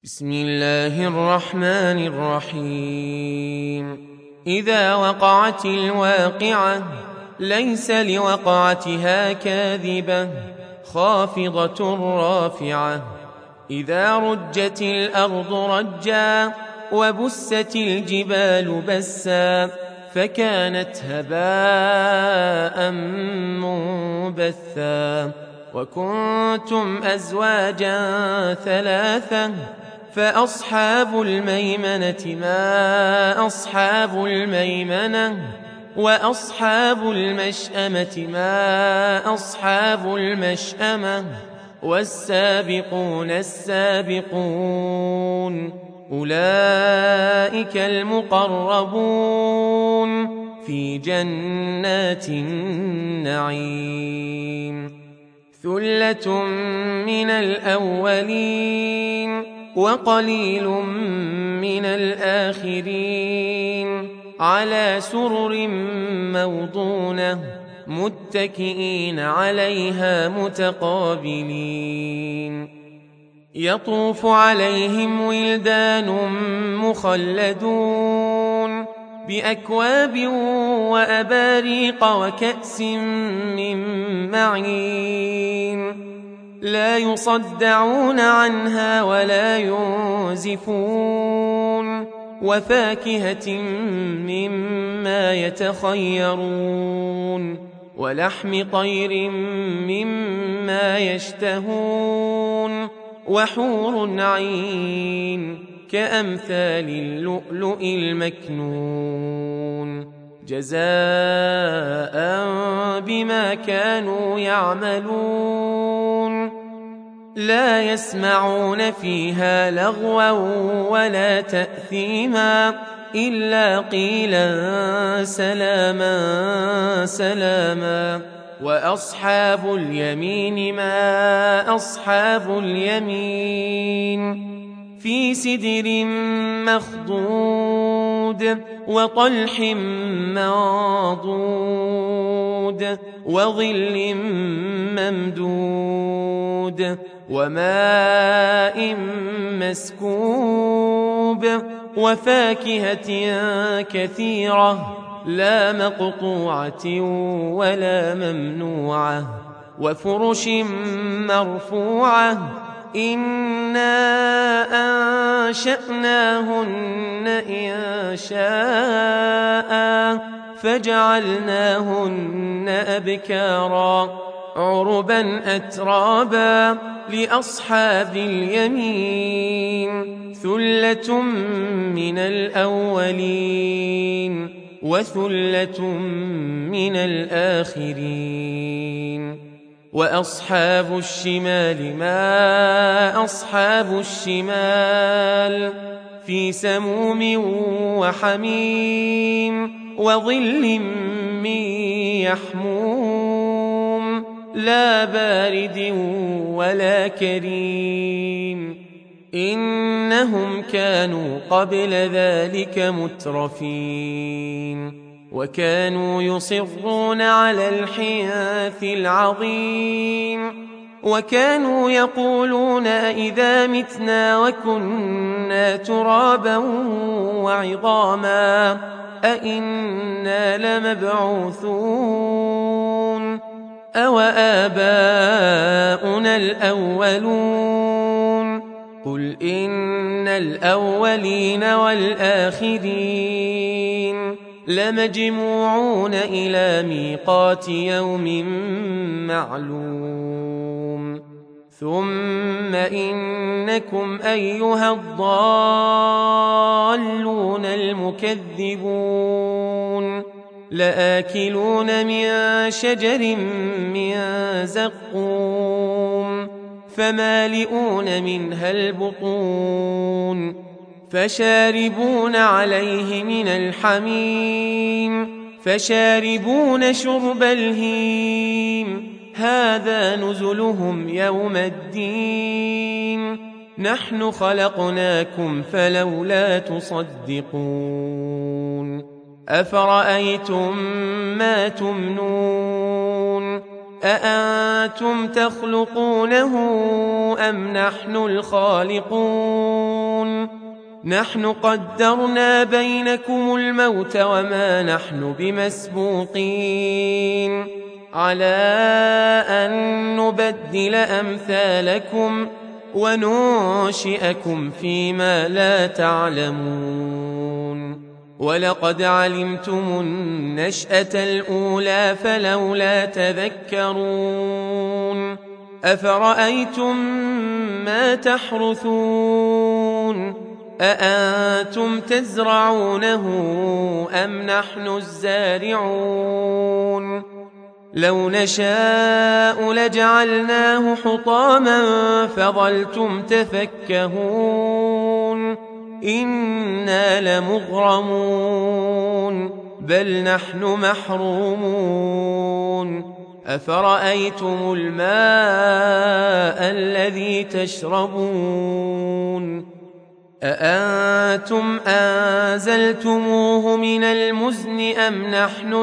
بسم الله الرحمن الرحيم. إذا وقعت الواقعة ليس لوقعتها كاذبة خافضة رافعة. إذا رجت الأرض رجا وبست الجبال بسا فكانت هباء منبثا. وكنتم أزواجا ثلاثة فأصحاب الميمنة ما أصحاب الميمنة وأصحاب المشأمة ما أصحاب المشأمة والسابقون السابقون أولئك المقربون في جنات النعيم. ثلة من الأولين وقليل من الآخرين على سرر موضونة متكئين عليها متقابلين. يطوف عليهم ولدان مخلدون بأكواب وأباريق وكأس من معين لا يصدعون عنها ولا ينزفون وفاكهة مما يتخيرون ولحم طير مما يشتهون وحور عين كأمثال اللؤلؤ المكنون جزاء بما كانوا يعملون. لا يسمعون فيها لغوا ولا تأثيما إلا قيلا سلاما سلاما. وأصحاب اليمين ما أصحاب اليمين في سدر مخضود وطلح منضود وظل ممدود وماء مسكوب وفاكهة كثيرة لا مقطوعة ولا ممنوعة وفرش مرفوعة إنا أنشأناهن إنشاء فجعلناهن أبكارا عربا أترابا لأصحاب اليمين. ثلة من الأولين وثلة من الآخرين. وأصحاب الشمال ما أصحاب الشمال في سموم وحميم وظل من يحموم لا بارد ولا كريم. إنهم كانوا قبل ذلك مترفين وكانوا يصرون على الحنث العظيم وكانوا يقولون أئذا متنا وكنا ترابا وعظاما أئنا لمبعوثون أو آباؤنا الأولون. قل إن الأولين والآخرين لمجموعون إلى ميقات يوم معلوم. ثم إنكم أيها الضالون المكذبون لآكلون من شجر من زقوم فمالئون منها البطون فشاربون عليه من الحميم فشاربون شرب الهيم هذا نزلهم يوم الدين. نحن خلقناكم فلولا تصدقون. أفرأيتم ما تمنون أأنتم تخلقونه أم نحن الخالقون نحن قدرنا بينكم الموت وما نحن بمسبوقين على أن نبدل أمثالكم وننشئكم فيما لا تعلمون ولقد علمتم النشأة الأولى فلولا تذكرون أفرأيتم ما تحرثون أأنتم تزرعونه أم نحن الزارعون لو نشاء لجعلناه حطاما فظلتم تفكهون إنا لمغرمون بل نحن محرومون أفرأيتم الماء الذي تشربون أأنتم أنزلتموه من المزن أم نحن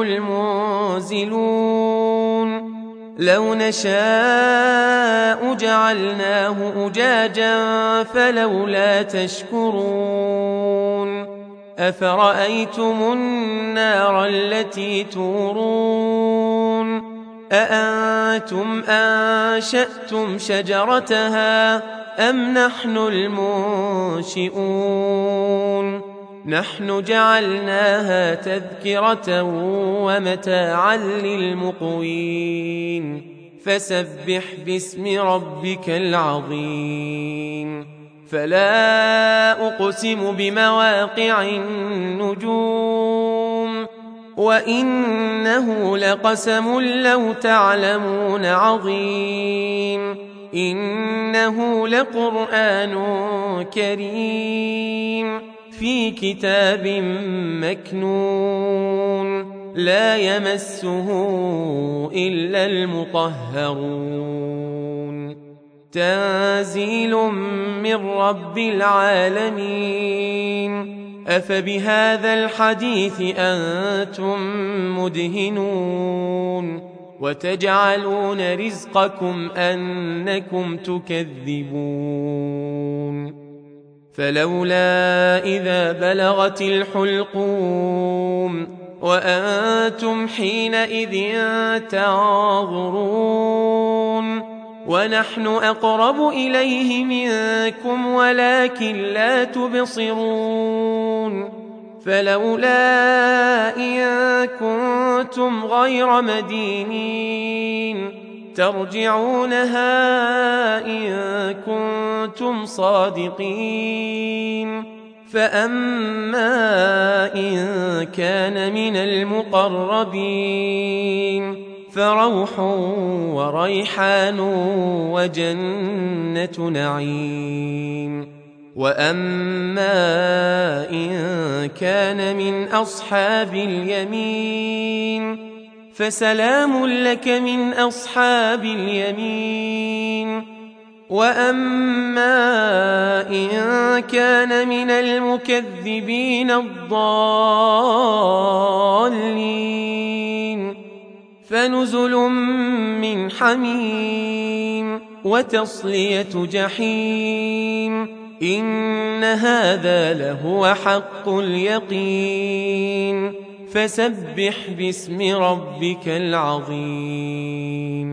المنزلون لو نشاء جعلناه أجاجا فلولا تشكرون أفرأيتم النار التي تورون أأنتم أنشأتم شجرتها أم نحن المنشئون نحن جعلناها تذكرة ومتاعا للمقوين فسبح باسم ربك العظيم فلا أقسم بمواقع النجوم وإنه لقسم لو تعلمون عظيم إنه لقرآن كريم في كتاب مكنون لا يمسه إلا المطهرون تنزيل من رب العالمين أفبهذا الحديث أنتم مدهنون وتجعلون رزقكم أنكم تكذبون فلولا إذا بلغت الحلقوم وأنتم حينئذ تنظرون ونحن أقرب إليه منكم ولكن لا تبصرون فلولا إن كنتم غير مدينين ترجعونها إن كنتم صادقين فأما إن كان من المقربين فروح وريحان وجنة نعيم وأما إن كان من أصحاب اليمين فسلام لك من أصحاب اليمين وأما إن كان من المكذبين الضالين فنزل من حميم وتصلية جحيم إن هذا لهو حق اليقين فسبح باسم ربك العظيم